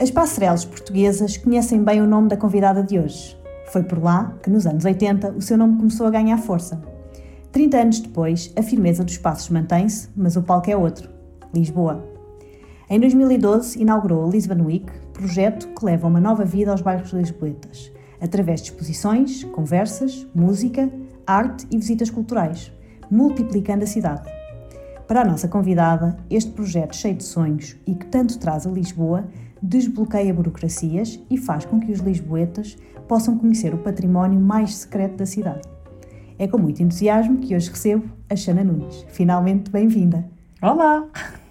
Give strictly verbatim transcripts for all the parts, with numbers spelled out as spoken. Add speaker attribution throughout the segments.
Speaker 1: As passarelas portuguesas conhecem bem o nome da convidada de hoje. Foi por lá que, nos anos oitenta, o seu nome começou a ganhar força. trinta anos depois, a firmeza dos passos mantém-se, mas o palco é outro: Lisboa. Em dois mil e doze, inaugurou a Lisbon Week, projeto que leva uma nova vida aos bairros lisboetas, através de exposições, conversas, música, arte e visitas culturais, multiplicando a cidade. Para a nossa convidada, este projeto cheio de sonhos e que tanto traz a Lisboa, desbloqueia burocracias e faz com que os lisboetas possam conhecer o património mais secreto da cidade. É com muito entusiasmo que hoje recebo a Xana Nunes. Finalmente, bem-vinda!
Speaker 2: Olá!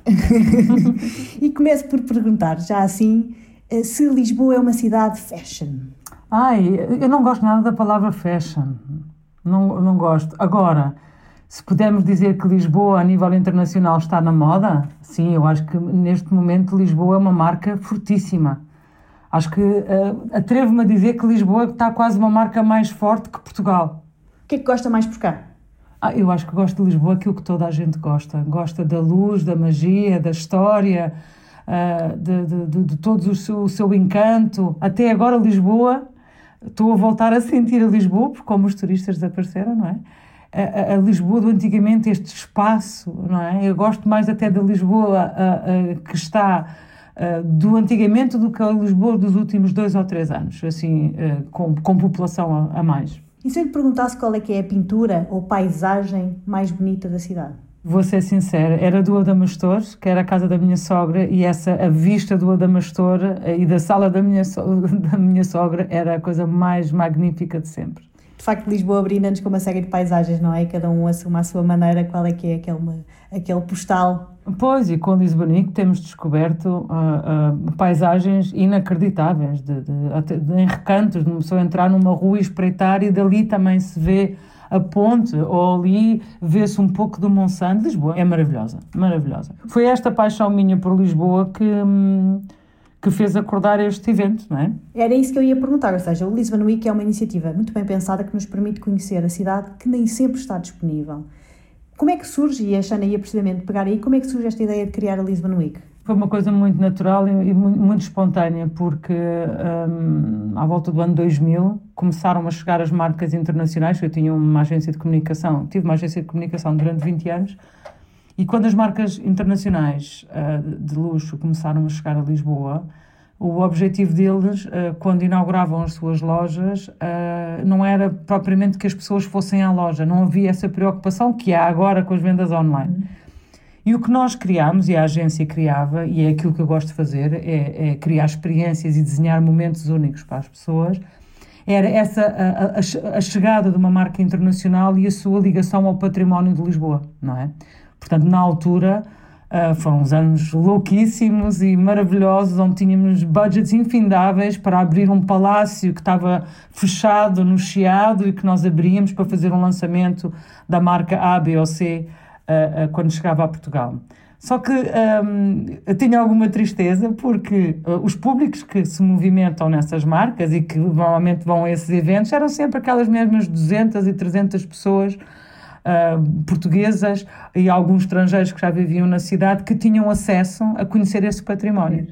Speaker 1: E começo por perguntar, já assim, se Lisboa é uma cidade fashion.
Speaker 2: Ai, eu não gosto nada da palavra fashion. Não, não gosto. Agora, se pudermos dizer que Lisboa, a nível internacional, está na moda, sim, eu acho que neste momento Lisboa é uma marca fortíssima. Acho que uh, atrevo-me a dizer que Lisboa está quase uma marca mais forte que Portugal.
Speaker 1: O que é que gosta mais por cá?
Speaker 2: Ah, eu acho que gosto de Lisboa aquilo que toda a gente gosta. Gosta da luz, da magia, da história, uh, de, de, de, de todo o seu, o seu encanto. Até agora Lisboa, estou a voltar a sentir a Lisboa, porque como os turistas desapareceram, não é? A, a, a Lisboa do antigamente, este espaço, não é? Eu gosto mais até da Lisboa a, a, que está a, do antigamente do que a Lisboa dos últimos dois ou três anos, assim, a, com, com população a, a mais.
Speaker 1: E se eu lhe perguntasse qual é que é a pintura ou paisagem mais bonita da cidade?
Speaker 2: Vou ser sincera, era do Adamastor, que era a casa da minha sogra, e essa, a vista do Adamastor e da sala da minha, so, da minha sogra era a coisa mais magnífica de sempre.
Speaker 1: De facto, Lisboa brinda-nos com uma série de paisagens, não é? Cada um assume à sua maneira qual é que é aquele, aquele postal.
Speaker 2: Pois, e com Lisbonico temos descoberto uh, uh, paisagens inacreditáveis, de, de, de, em recantos, de uma pessoa entrar numa rua e espreitar e dali também se vê a ponte, ou ali vê-se um pouco do Monsanto. Lisboa é maravilhosa, maravilhosa. Foi esta paixão minha por Lisboa que... Hum, que fez acordar este evento, não é?
Speaker 1: Era isso que eu ia perguntar, ou seja, o Lisbon Week é uma iniciativa muito bem pensada que nos permite conhecer a cidade que nem sempre está disponível. Como é que surge, e a Xana ia precisamente pegar aí, como é que surge esta ideia de criar a Lisbon Week?
Speaker 2: Foi uma coisa muito natural e muito, muito espontânea, porque um, à volta do ano dois mil começaram a chegar as marcas internacionais. Eu tinha uma agência de comunicação, tive uma agência de comunicação durante vinte anos, e quando as marcas internacionais uh, de luxo começaram a chegar a Lisboa, o objetivo deles, uh, quando inauguravam as suas lojas, uh, não era propriamente que as pessoas fossem à loja, não havia essa preocupação que há agora com as vendas online. E o que nós criámos, e a agência criava, e é aquilo que eu gosto de fazer, é, é criar experiências e desenhar momentos únicos para as pessoas, era essa a, a, a chegada de uma marca internacional e a sua ligação ao património de Lisboa, não é? Portanto, na altura, uh, foram uns anos louquíssimos e maravilhosos, onde tínhamos budgets infindáveis para abrir um palácio que estava fechado no Chiado e que nós abríamos para fazer um lançamento da marca A, B ou C uh, uh, quando chegava a Portugal. Só que um, eu tinha alguma tristeza porque uh, os públicos que se movimentam nessas marcas e que normalmente vão a esses eventos eram sempre aquelas mesmas duzentas e trezentas pessoas Uh, portuguesas e alguns estrangeiros que já viviam na cidade que tinham acesso a conhecer esse património.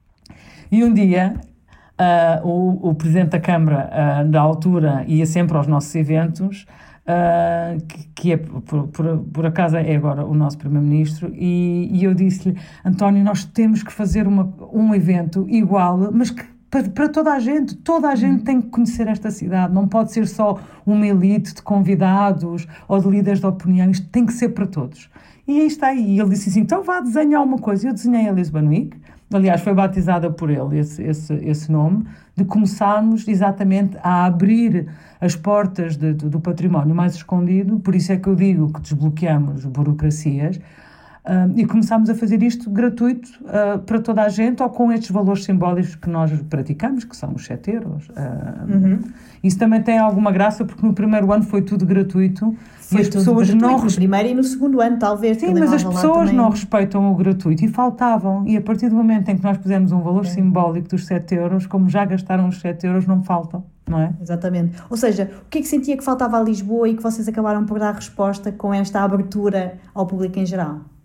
Speaker 2: E um dia uh, o, o Presidente da Câmara uh, da altura ia sempre aos nossos eventos, uh, que, que é, por, por, por acaso é agora o nosso Primeiro-Ministro, e, e eu disse-lhe: António, nós temos que fazer uma, um evento igual, mas que Para, para toda a gente, toda a gente tem que conhecer esta cidade, não pode ser só uma elite de convidados ou de líderes de opinião, isto tem que ser para todos. E aí está aí, e ele disse assim: então vá desenhar uma coisa. Eu desenhei a Lisbon Week, aliás foi batizada por ele esse, esse, esse nome, de começarmos exatamente a abrir as portas de, de, do património mais escondido, por isso é que eu digo que desbloqueamos burocracias, Uh, e começámos a fazer isto gratuito uh, para toda a gente, ou com estes valores simbólicos que nós praticamos, que são os sete euros. Uh, uhum. Isso também tem alguma graça, porque no primeiro ano foi tudo gratuito.
Speaker 1: Foi e as pessoas gratuito, não... no primeiro e no segundo ano, talvez.
Speaker 2: Sim, mas as pessoas não respeitam o gratuito e faltavam. E a partir do momento em que nós pusemos um valor é. simbólico dos sete euros, como já gastaram os sete euros, não faltam. Não é?
Speaker 1: Exatamente. Ou seja, o que é que sentia que faltava a Lisboa e que vocês acabaram por dar resposta com esta abertura ao público em geral?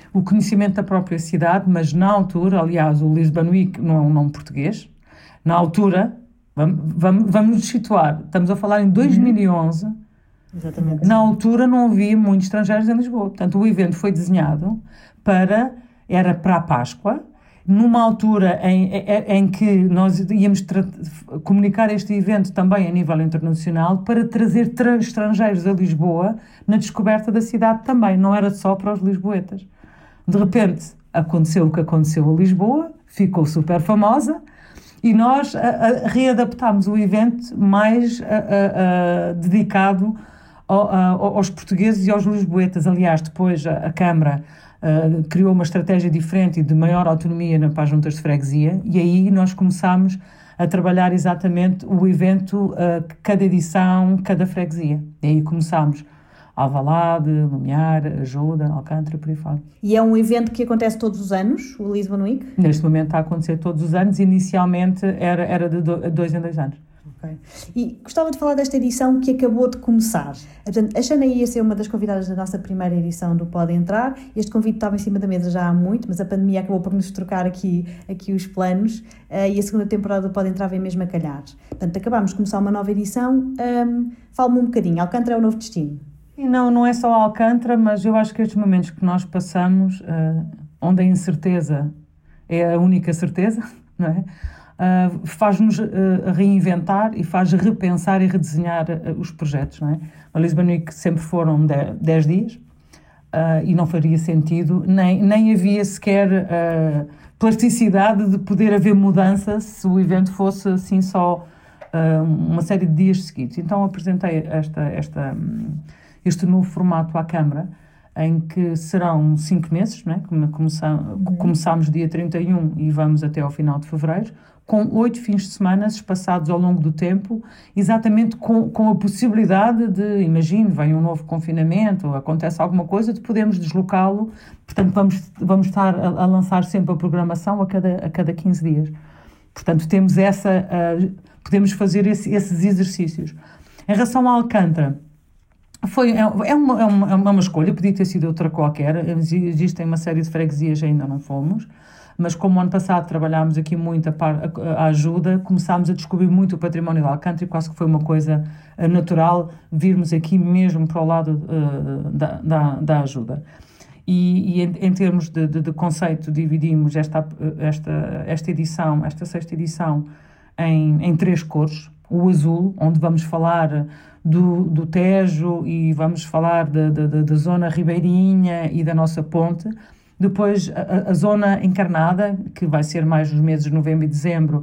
Speaker 2: o conhecimento da própria cidade, mas na altura, aliás, o Lisbon Week não é um nome português, na altura, vamos, vamos, vamos nos situar, estamos a falar em dois mil e onze,
Speaker 1: Exatamente.
Speaker 2: Na altura não havia muitos estrangeiros em Lisboa, portanto o evento foi desenhado para, era para a Páscoa, numa altura em, em, em que nós íamos comunicar este evento também a nível internacional para trazer estrangeiros a Lisboa na descoberta da cidade também, não era só para os lisboetas. De repente aconteceu o que aconteceu a Lisboa, ficou super famosa e nós a, a, readaptámos o evento mais a, a, a, dedicado ao, a, aos portugueses e aos lisboetas. Aliás, depois a, a Câmara Uh, criou uma estratégia diferente e de maior autonomia na, para as juntas de freguesia, e aí nós começámos a trabalhar exatamente o evento, uh, cada edição, cada freguesia. E aí começámos Alvalade, Lumiar, Ajuda, Alcântara, por aí fora.
Speaker 1: E é um evento que acontece todos os anos, o Lisbon Week?
Speaker 2: Neste momento está a acontecer todos os anos, inicialmente era, era de dois em dois anos.
Speaker 1: Okay. E gostava de falar desta edição que acabou de começar. Portanto, a Xana ia ser uma das convidadas da nossa primeira edição do Pode Entrar. Este convite estava em cima da mesa já há muito, mas a pandemia acabou por nos trocar aqui, aqui os planos, uh, e a segunda temporada do Pode Entrar vem mesmo a calhar. Portanto, acabámos de começar uma nova edição. Um, Fala-me um bocadinho, Alcântara é o novo destino?
Speaker 2: E não, não é só Alcântara, mas eu acho que estes momentos que nós passamos, uh, onde a incerteza é a única certeza, não é? Uh, faz-nos uh, reinventar e faz repensar e redesenhar uh, os projetos, não é? A Lisbon Week sempre foram dez dias uh, e não faria sentido, nem, nem havia sequer uh, plasticidade de poder haver mudança se o evento fosse assim só uh, uma série de dias seguidos. Então apresentei esta, esta, este novo formato à Câmara, em que serão cinco meses, não é? Começamos, uhum. Começámos dia trinta e um e vamos até ao final de fevereiro, com oito fins de semana espaçados ao longo do tempo, exatamente com, com a possibilidade de, imagine, vem um novo confinamento, acontece alguma coisa, de podermos deslocá-lo. Portanto, vamos, vamos estar a, a lançar sempre a programação a cada, a cada quinze dias. Portanto, temos essa, uh, podemos fazer esse, esses exercícios. Em relação a Alcântara, foi, é, é, uma, é, uma, é uma escolha, podia ter sido outra qualquer, existem uma série de freguesias, ainda não fomos, mas como ano passado trabalhámos aqui muito a, par, a, a ajuda, começámos a descobrir muito o património de Alcântara e quase que foi uma coisa uh, natural virmos aqui mesmo para o lado uh, da, da, da ajuda. E, e em, em termos de, de, de conceito, dividimos esta, esta, esta edição, esta sexta edição, em, em três cores. O azul, onde vamos falar do, do Tejo e vamos falar da, da, da zona ribeirinha e da nossa ponte. Depois a, a zona encarnada, que vai ser mais nos meses de novembro e dezembro,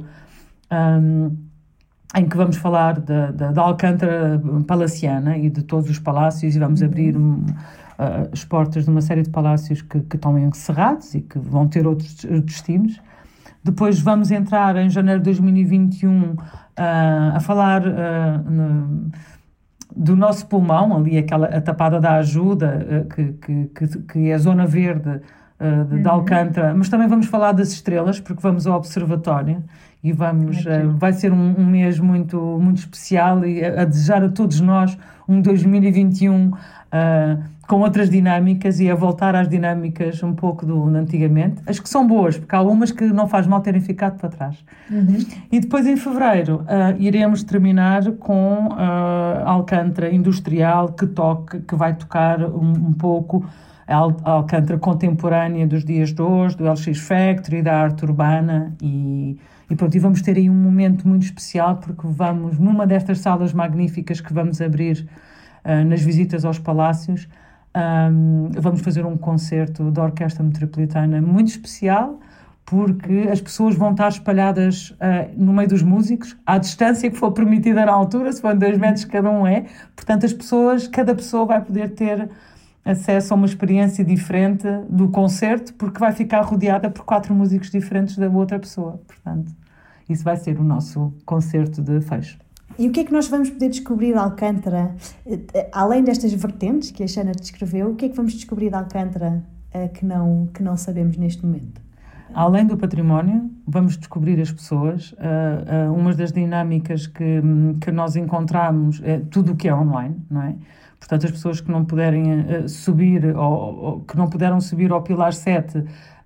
Speaker 2: um, em que vamos falar da, da, da Alcântara palaciana e de todos os palácios, e vamos uhum. abrir um, uh, as portas de uma série de palácios que, que estão encerrados e que vão ter outros destinos. Depois vamos entrar em janeiro de dois mil e vinte e um uh, a falar uh, no, do nosso pulmão, ali aquela a tapada da ajuda, uh, que, que, que, que é a zona verde uh, de, uhum. de Alcântara, mas também vamos falar das estrelas, porque vamos ao observatório e vamos, uh, vai ser um, um mês muito, muito especial e a, a desejar a todos nós um dois mil e vinte e um uh, com outras dinâmicas e a voltar às dinâmicas um pouco do antigamente. As que são boas, porque há algumas que não faz mal terem ficado para trás. Uhum. E depois, em fevereiro, uh, iremos terminar com uh, Alcântara Industrial, que, toque, que vai tocar um, um pouco a Al- Alcântara contemporânea dos dias de hoje, do L X Factory, da arte urbana. E, e pronto, e vamos ter aí um momento muito especial, porque vamos, numa destas salas magníficas que vamos abrir uh, nas visitas aos palácios, Um, vamos fazer um concerto da Orquestra Metropolitana muito especial, porque as pessoas vão estar espalhadas uh, no meio dos músicos, à distância que for permitida na altura, se for dois metros cada um é, portanto as pessoas, cada pessoa vai poder ter acesso a uma experiência diferente do concerto, porque vai ficar rodeada por quatro músicos diferentes da outra pessoa, portanto isso vai ser o nosso concerto de fecho.
Speaker 1: E o que é que nós vamos poder descobrir de Alcântara, além destas vertentes que a Xana descreveu, o que é que vamos descobrir de Alcântara uh, que, não, que não sabemos neste momento?
Speaker 2: Além do património, vamos descobrir as pessoas. Uh, uh, uma das dinâmicas que, que nós encontramos é tudo o que é online, não é? Portanto, as pessoas que não puderem uh, subir, ou, ou que não puderam subir ao Pilar sete,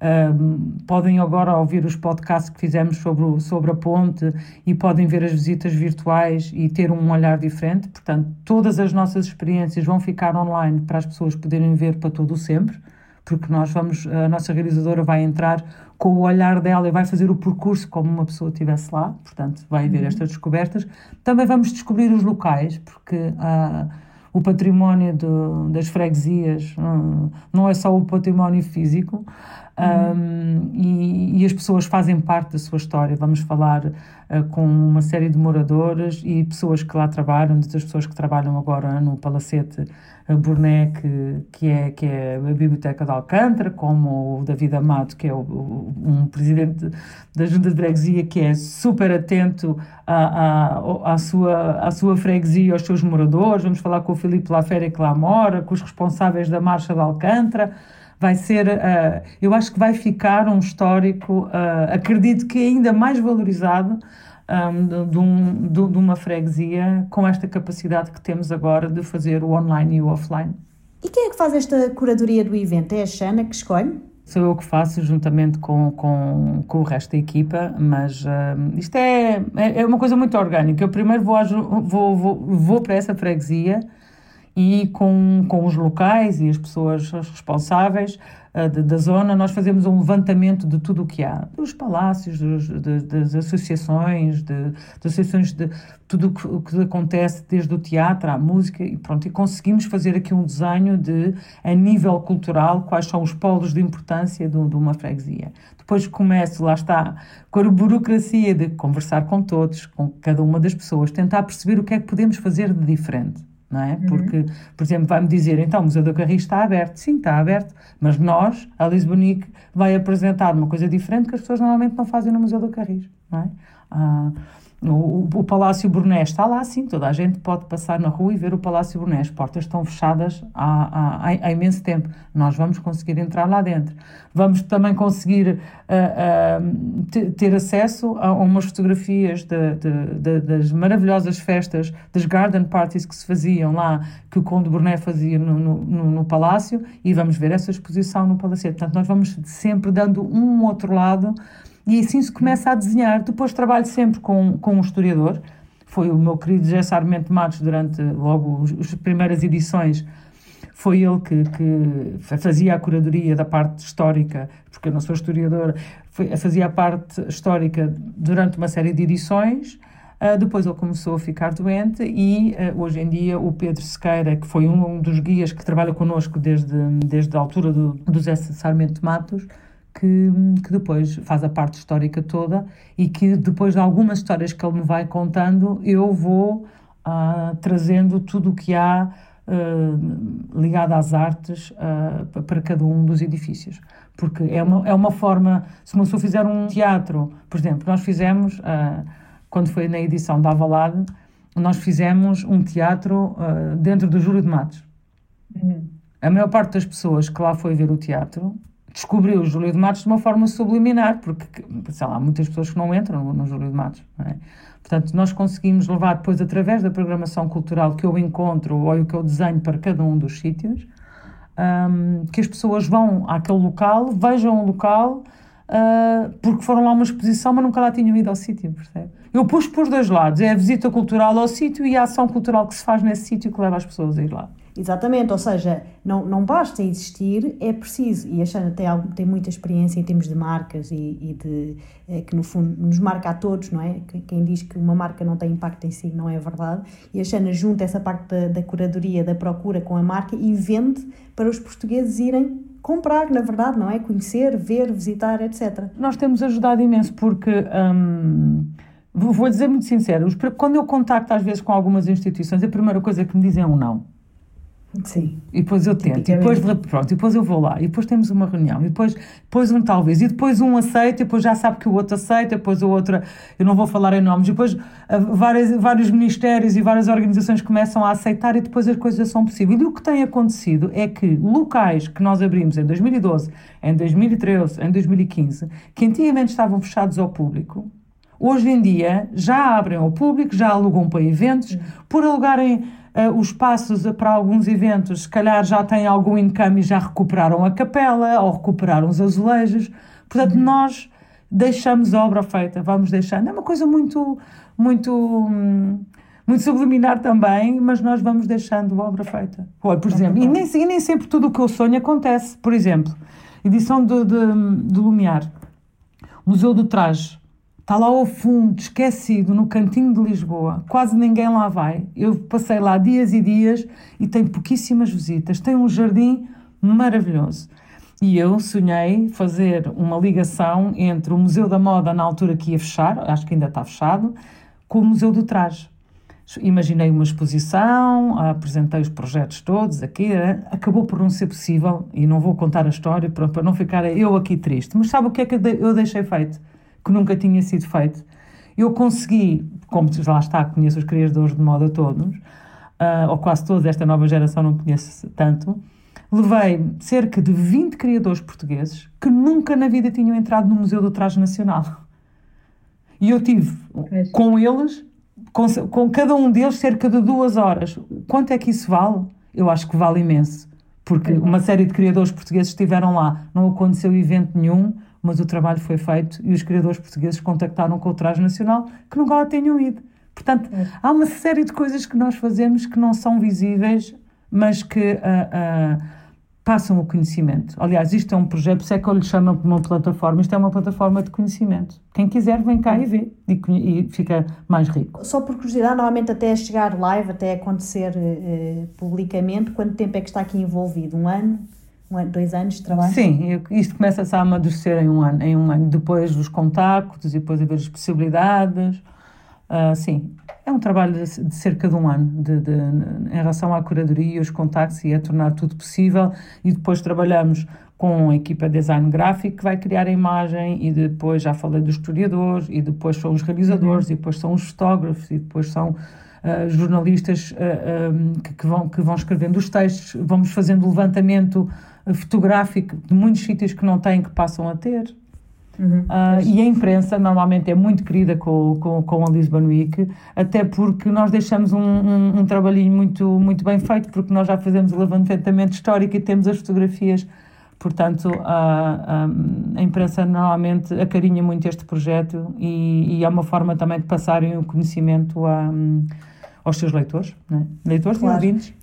Speaker 2: uh, podem agora ouvir os podcasts que fizemos sobre, o, sobre a ponte e podem ver as visitas virtuais e ter um olhar diferente. Portanto, todas as nossas experiências vão ficar online para as pessoas poderem ver para todo o sempre, porque nós vamos, a nossa realizadora vai entrar com o olhar dela e vai fazer o percurso como uma pessoa estivesse lá, portanto vai haver uhum. estas descobertas. Também vamos descobrir os locais, porque uh, o património do, das freguesias uh, não é só o património físico, um, e, e as pessoas fazem parte da sua história. Vamos falar uh, com uma série de moradores e pessoas que lá trabalham, das pessoas que trabalham agora no Palacete Burné, que, que, é, que é a Biblioteca de Alcântara, como o David Amado, que é o, o, um presidente da Junta de Freguesia, que é super atento à, à, à, sua, à sua freguesia, aos seus moradores. Vamos falar com o Filipe Laféria, que lá mora, com os responsáveis da Marcha de Alcântara. Vai ser, uh, eu acho que vai ficar um histórico, uh, acredito que ainda mais valorizado, um, de, um, de, de uma freguesia com esta capacidade que temos agora de fazer o online e o offline.
Speaker 1: E quem é que faz esta curadoria do evento? É a Xana que escolhe?
Speaker 2: Sou eu que faço, juntamente com, com, com o resto da equipa, mas uh, isto é, é uma coisa muito orgânica. Eu primeiro vou, vou, vou, vou para essa freguesia e com, com os locais e as pessoas responsáveis uh, de, da zona, nós fazemos um levantamento de tudo o que há, dos palácios, dos, de, das associações, de, das associações de tudo o que, o que acontece, desde o teatro à música, e pronto, e conseguimos fazer aqui um desenho de, a nível cultural, quais são os polos de importância de, de uma freguesia. Depois começo, lá está, com a burocracia de conversar com todos, com cada uma das pessoas, tentar perceber o que é que podemos fazer de diferente. Não é? Porque, por exemplo, vai-me dizer, então o Museu do Carris está aberto. Sim, está aberto, mas nós, a Lise Bonique, vai apresentar uma coisa diferente que as pessoas normalmente não fazem no Museu do Carris. Não é? Ah, o, o Palácio Burné está lá, sim, toda a gente pode passar na rua e ver o Palácio Burné. As portas estão fechadas há, há, há imenso tempo. Nós vamos conseguir entrar lá dentro. Vamos também conseguir uh, uh, ter, ter acesso a umas fotografias de, de, de, das maravilhosas festas, das garden parties que se faziam lá, que o Conde Burné fazia no, no, no, no Palácio, e vamos ver essa exposição no Palacete. Portanto, nós vamos sempre dando um outro lado. E assim se começa a desenhar. Depois trabalho sempre com, com um historiador. Foi o meu querido José Sarmento Matos, durante logo as primeiras edições. Foi ele que, que fazia a curadoria da parte histórica, porque eu não sou historiadora, foi, fazia a parte histórica durante uma série de edições. Uh, depois ele começou a ficar doente e uh, hoje em dia o Pedro Sequeira, que foi um, um dos guias que trabalha connosco desde, desde a altura do, do José Sarmento Matos, Que, que depois faz a parte histórica toda, e que depois de algumas histórias que ele me vai contando, eu vou uh, trazendo tudo o que há uh, ligado às artes uh, para cada um dos edifícios. Porque é uma, é uma forma, se uma pessoa fizer um teatro, por exemplo, nós fizemos, uh, quando foi na edição da Avalade, nós fizemos um teatro uh, dentro do Júlio de Matos. Uhum. A maior parte das pessoas que lá foi ver o teatro descobriu o Júlio de Matos de uma forma subliminar, porque, sei lá, há muitas pessoas que não entram no, no Júlio de Matos, não é? Portanto, nós conseguimos levar depois, através da programação cultural que eu encontro ou que eu desenho para cada um dos sítios, um, que as pessoas vão àquele local, vejam o local, uh, porque foram lá uma exposição, mas nunca lá tinham ido ao sítio, percebe? Eu pus por dois lados, é a visita cultural ao sítio e a ação cultural que se faz nesse sítio que leva as pessoas a ir lá.
Speaker 1: Exatamente, ou seja, não, não basta existir, é preciso, e a Xana tem, algo, tem muita experiência em termos de marcas e, e de, é, que no fundo nos marca a todos, não é? Quem diz que uma marca não tem impacto em si não é verdade, e a Xana junta essa parte da, da curadoria, da procura com a marca e vende para os portugueses irem comprar, na verdade, não é? Conhecer, ver, visitar, etcétera.
Speaker 2: Nós temos ajudado imenso porque... Hum... Vou dizer muito sincero, quando eu contacto às vezes com algumas instituições, a primeira coisa que me dizem é um não.
Speaker 1: Sim.
Speaker 2: E depois eu tento, e depois, pronto, e depois eu vou lá, e depois temos uma reunião, e depois, depois um talvez, e depois um aceita, e depois já sabe que o outro aceita, e depois o outro, eu não vou falar em nomes, e depois uh, várias, vários ministérios e várias organizações começam a aceitar e depois as coisas são possíveis. E o que tem acontecido é que locais que nós abrimos em dois mil e doze, em dois mil e treze, em dois mil e quinze, que antigamente estavam fechados ao público, hoje em dia já abrem ao público, já alugam para eventos, por alugarem uh, os espaços para alguns eventos, se calhar já têm algum income e já recuperaram a capela ou recuperaram os azulejos. Portanto, uhum. nós deixamos a obra feita, vamos deixando. É uma coisa muito, muito, muito subliminar também, mas nós vamos deixando a obra feita. Olha, por exemplo, e nem, e nem sempre tudo o que eu sonho acontece. Por exemplo, edição de, de, de Lumiar, Museu do Traje, está lá ao fundo, esquecido, no cantinho de Lisboa, quase ninguém lá vai. Eu passei lá dias e dias e tem pouquíssimas visitas, tem um jardim maravilhoso. E eu sonhei fazer uma ligação entre o Museu da Moda, na altura que ia fechar, acho que ainda está fechado, com o Museu do Traje. Imaginei uma exposição, apresentei os projetos todos aqui, acabou por não ser possível, e não vou contar a história para, para não ficar eu aqui triste. Mas sabe o que é que eu deixei feito? Que nunca tinha sido feito. Eu consegui, como lá está, conheço os criadores de moda todos, uh, ou quase todos, esta nova geração não conheço tanto, levei cerca de vinte criadores portugueses que nunca na vida tinham entrado no Museu do Traje Nacional. E eu tive é. com eles, com, com cada um deles, cerca de duas horas. Quanto é que isso vale? Eu acho que vale imenso, porque é. uma série de criadores portugueses estiveram lá, não aconteceu evento nenhum, mas o trabalho foi feito e os criadores portugueses contactaram com o Traje Nacional que nunca lá tenham ido. Portanto, é. há uma série de coisas que nós fazemos que não são visíveis, mas que uh, uh, passam o conhecimento. Aliás, isto é um projeto, se é que eu lhe chamo de uma plataforma, isto é uma plataforma de conhecimento. Quem quiser vem cá e vê e, e fica mais rico.
Speaker 1: Só por curiosidade, normalmente até chegar live, até acontecer uh, publicamente, quanto tempo é que está aqui envolvido? Um ano? Um ano, dois anos de trabalho?
Speaker 2: Sim, eu, isto começa-se a amadurecer em um ano, em um ano. Depois dos contactos e depois haver as possibilidades. Uh, sim, é um trabalho de, de cerca de um ano de, de, em relação à curadoria, os contactos e a tornar tudo possível. E depois trabalhamos com a equipa de design gráfico que vai criar a imagem e depois já falei dos historiadores e depois são os realizadores uhum. e depois são os fotógrafos e depois são uh, jornalistas uh, um, que, que, vão, que vão escrevendo os textos. Vamos fazendo o levantamento fotográfico de muitos sítios que não têm, que passam a ter. Uhum. Uh, e a imprensa normalmente é muito querida com, com, com a Lisbon Week, até porque nós deixamos um, um, um trabalhinho muito, muito bem feito, porque nós já fazemos o levantamento histórico e temos as fotografias. Portanto, a, a, a imprensa normalmente acarinha muito este projeto e, e é uma forma também de passarem o conhecimento a, aos seus leitores, né? Leitores claro. E ouvintes.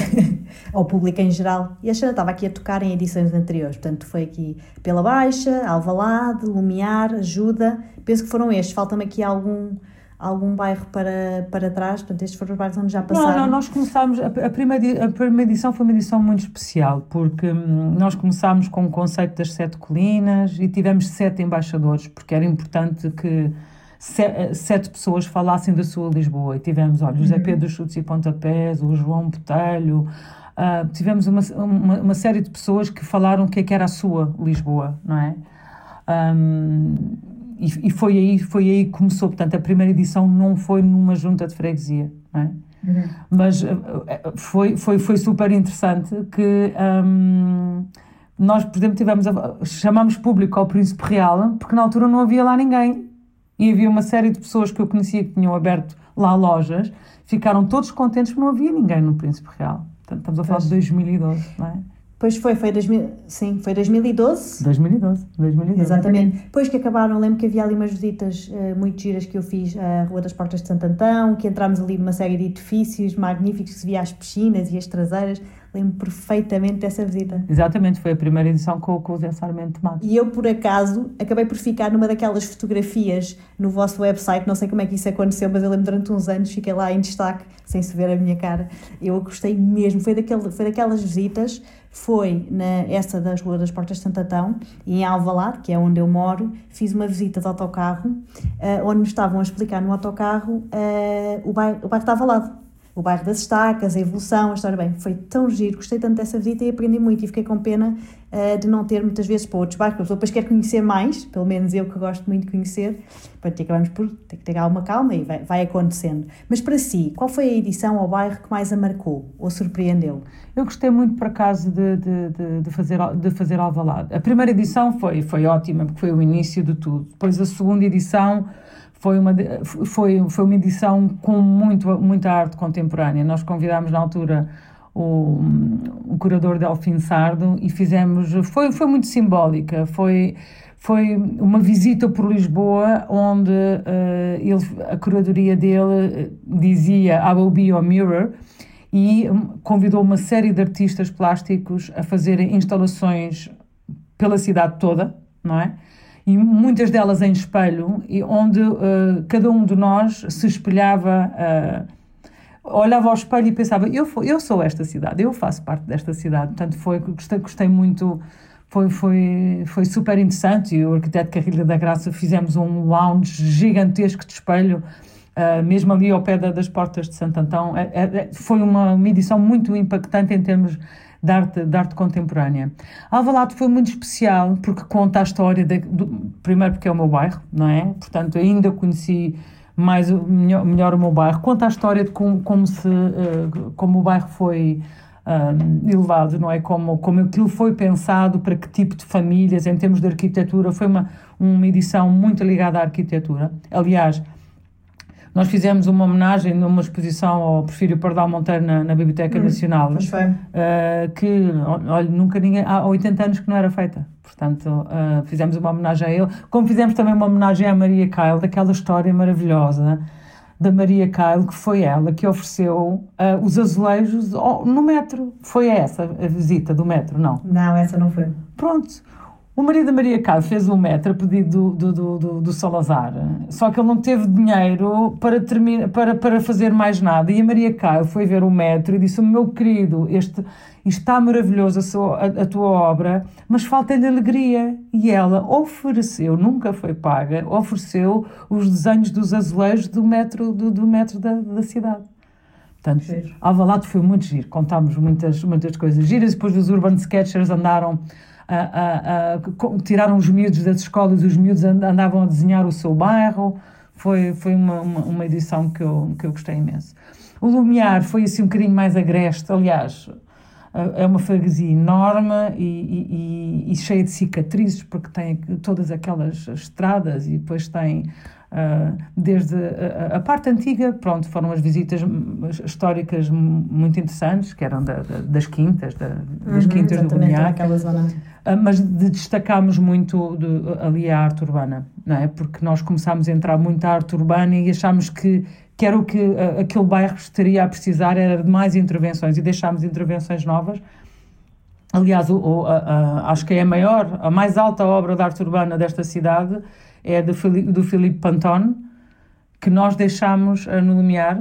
Speaker 1: Ao público em geral. E a Xana estava aqui a tocar em edições anteriores, portanto foi aqui Pela Baixa, Alvalade, Lumiar, Ajuda, penso que foram estes, falta-me aqui algum, algum bairro para, para trás, portanto estes foram os bairros onde já passaram.
Speaker 2: Não, não, nós começámos, a, a, primeira, a primeira edição foi uma edição muito especial, porque hum, nós começámos com o conceito das sete colinas e tivemos sete embaixadores, porque era importante que sete pessoas falassem da sua Lisboa, e tivemos, olha, o José Pedro Chutes e Pontapés, o João Botelho, uh, tivemos uma, uma, uma série de pessoas que falaram o que é que era a sua Lisboa, não é? Um, e, e foi aí, foi aí que começou, portanto, a primeira edição não foi numa junta de freguesia, não é? Uhum. Mas uh, foi, foi, foi super interessante que um, nós, por exemplo, tivemos a, chamámos público ao Príncipe Real, porque na altura não havia lá ninguém. E havia uma série de pessoas que eu conhecia que tinham aberto lá lojas, ficaram todos contentes porque não havia ninguém no Príncipe Real. Portanto, estamos a falar pois. de dois mil e doze, não é?
Speaker 1: Pois foi, foi, dois mil, sim, foi dois mil e doze.
Speaker 2: dois mil e doze, dois mil e doze.
Speaker 1: Exatamente. Depois que acabaram, lembro que havia ali umas visitas uh, muito giras que eu fiz à Rua das Portas de Santo Antão, que entrámos ali numa série de edifícios magníficos, que se via as piscinas e as traseiras. Lembro perfeitamente dessa visita.
Speaker 2: Exatamente, foi a primeira edição com, com o Zé Sarmento Matos.
Speaker 1: E eu, por acaso, acabei por ficar numa daquelas fotografias no vosso website, não sei como é que isso aconteceu, mas eu lembro durante uns anos, fiquei lá em destaque, sem se ver a minha cara. Eu gostei mesmo, foi, daquele, foi daquelas visitas, foi na, essa das Ruas das Portas de Santo Antão, e em Alvalade, que é onde eu moro, fiz uma visita de autocarro, uh, onde me estavam a explicar no autocarro uh, o, bairro, o bairro de Alvalade. O bairro das Estacas, a evolução, a história, bem, foi tão giro, gostei tanto dessa visita e aprendi muito e fiquei com pena uh, de não ter muitas vezes para outros bairros, porque a pessoa depois quer conhecer mais, pelo menos eu que gosto muito de conhecer, pronto, acabamos por ter que ter alguma calma e vai, vai acontecendo. Mas para si, qual foi a edição ou bairro que mais a marcou ou surpreendeu?
Speaker 2: Eu gostei muito, por acaso, de, de, de, de, fazer, de fazer Alvalade. A primeira edição foi, foi ótima, porque foi o início de tudo. Depois a segunda edição Foi uma, foi, foi uma edição com muito, muita arte contemporânea. Nós convidámos na altura o, o curador Delfim Sardo e fizemos, foi, foi muito simbólica, foi, foi uma visita por Lisboa onde uh, ele, a curadoria dele dizia I will be your mirror, e convidou uma série de artistas plásticos a fazerem instalações pela cidade toda, não é? E muitas delas em espelho, e onde uh, cada um de nós se espelhava, uh, olhava ao espelho e pensava, eu, eu sou esta cidade, eu faço parte desta cidade. Portanto, foi, gostei, gostei muito, foi, foi, foi super interessante. E o arquiteto Carrilho da Graça fizemos um lounge gigantesco de espelho, uh, mesmo ali ao pé da, das portas de Santo Antão. É, é, foi uma, uma edição muito impactante em termos de arte, de arte contemporânea. Alvalade foi muito especial porque conta a história, de, do, primeiro porque é o meu bairro, não é? Portanto, ainda conheci mais, melhor, melhor o meu bairro. Conta a história de como, como, se, uh, como o bairro foi um, elevado, não é? Como, como aquilo foi pensado, para que tipo de famílias, em termos de arquitetura. Foi uma, uma edição muito ligada à arquitetura. Aliás, nós fizemos uma homenagem numa exposição ao Porfírio Pardal Monteiro na, na Biblioteca hum, Nacional, uh, que, olha, nunca ninguém, há oitenta anos que não era feita. Portanto, uh, fizemos uma homenagem a ele, como fizemos também uma homenagem à Maria Kyle, daquela história maravilhosa da Maria Kyle, que foi ela que ofereceu uh, os azulejos oh, no metro. Foi essa a visita do metro, não?
Speaker 1: Não, essa não foi.
Speaker 2: Pronto. O marido da Maria Kyle fez um metro a pedido do, do, do, do Salazar, só que ele não teve dinheiro para, terminar, para, para fazer mais nada, e a Maria Kyle foi ver o metro e disse, meu querido, este, isto está maravilhoso, a, sua, a, a tua obra, mas falta-lhe alegria. E ela ofereceu, nunca foi paga, ofereceu os desenhos dos azulejos do metro, do, do metro da, da cidade. Portanto, Alvalade foi muito giro, contámos muitas, muitas coisas giras. Depois os Urban Sketchers andaram A, a, a, tiraram os miúdos das escolas, os miúdos andavam a desenhar o seu bairro. Foi, foi uma, uma, uma edição que eu, que eu gostei imenso. O Lumiar foi assim um bocadinho mais agreste, aliás, é uma freguesia enorme e, e, e cheia de cicatrizes, porque tem todas aquelas estradas e depois tem uh, desde a, a parte antiga, pronto, foram as visitas históricas muito interessantes, que eram da, da, das quintas, da, das
Speaker 1: uhum,
Speaker 2: quintas do Lumiar.
Speaker 1: Aquela zona.
Speaker 2: Mas de, destacámos muito de, ali a arte urbana, não é? Porque nós começámos a entrar muito à arte urbana e achámos que, que era o que a, aquele bairro estaria a precisar, era de mais intervenções, e deixámos intervenções novas. Aliás, o, o, a, a, acho que é a maior, a mais alta obra de arte urbana desta cidade é de, do Filipe Pantone, que nós deixámos uh, no Lumiar,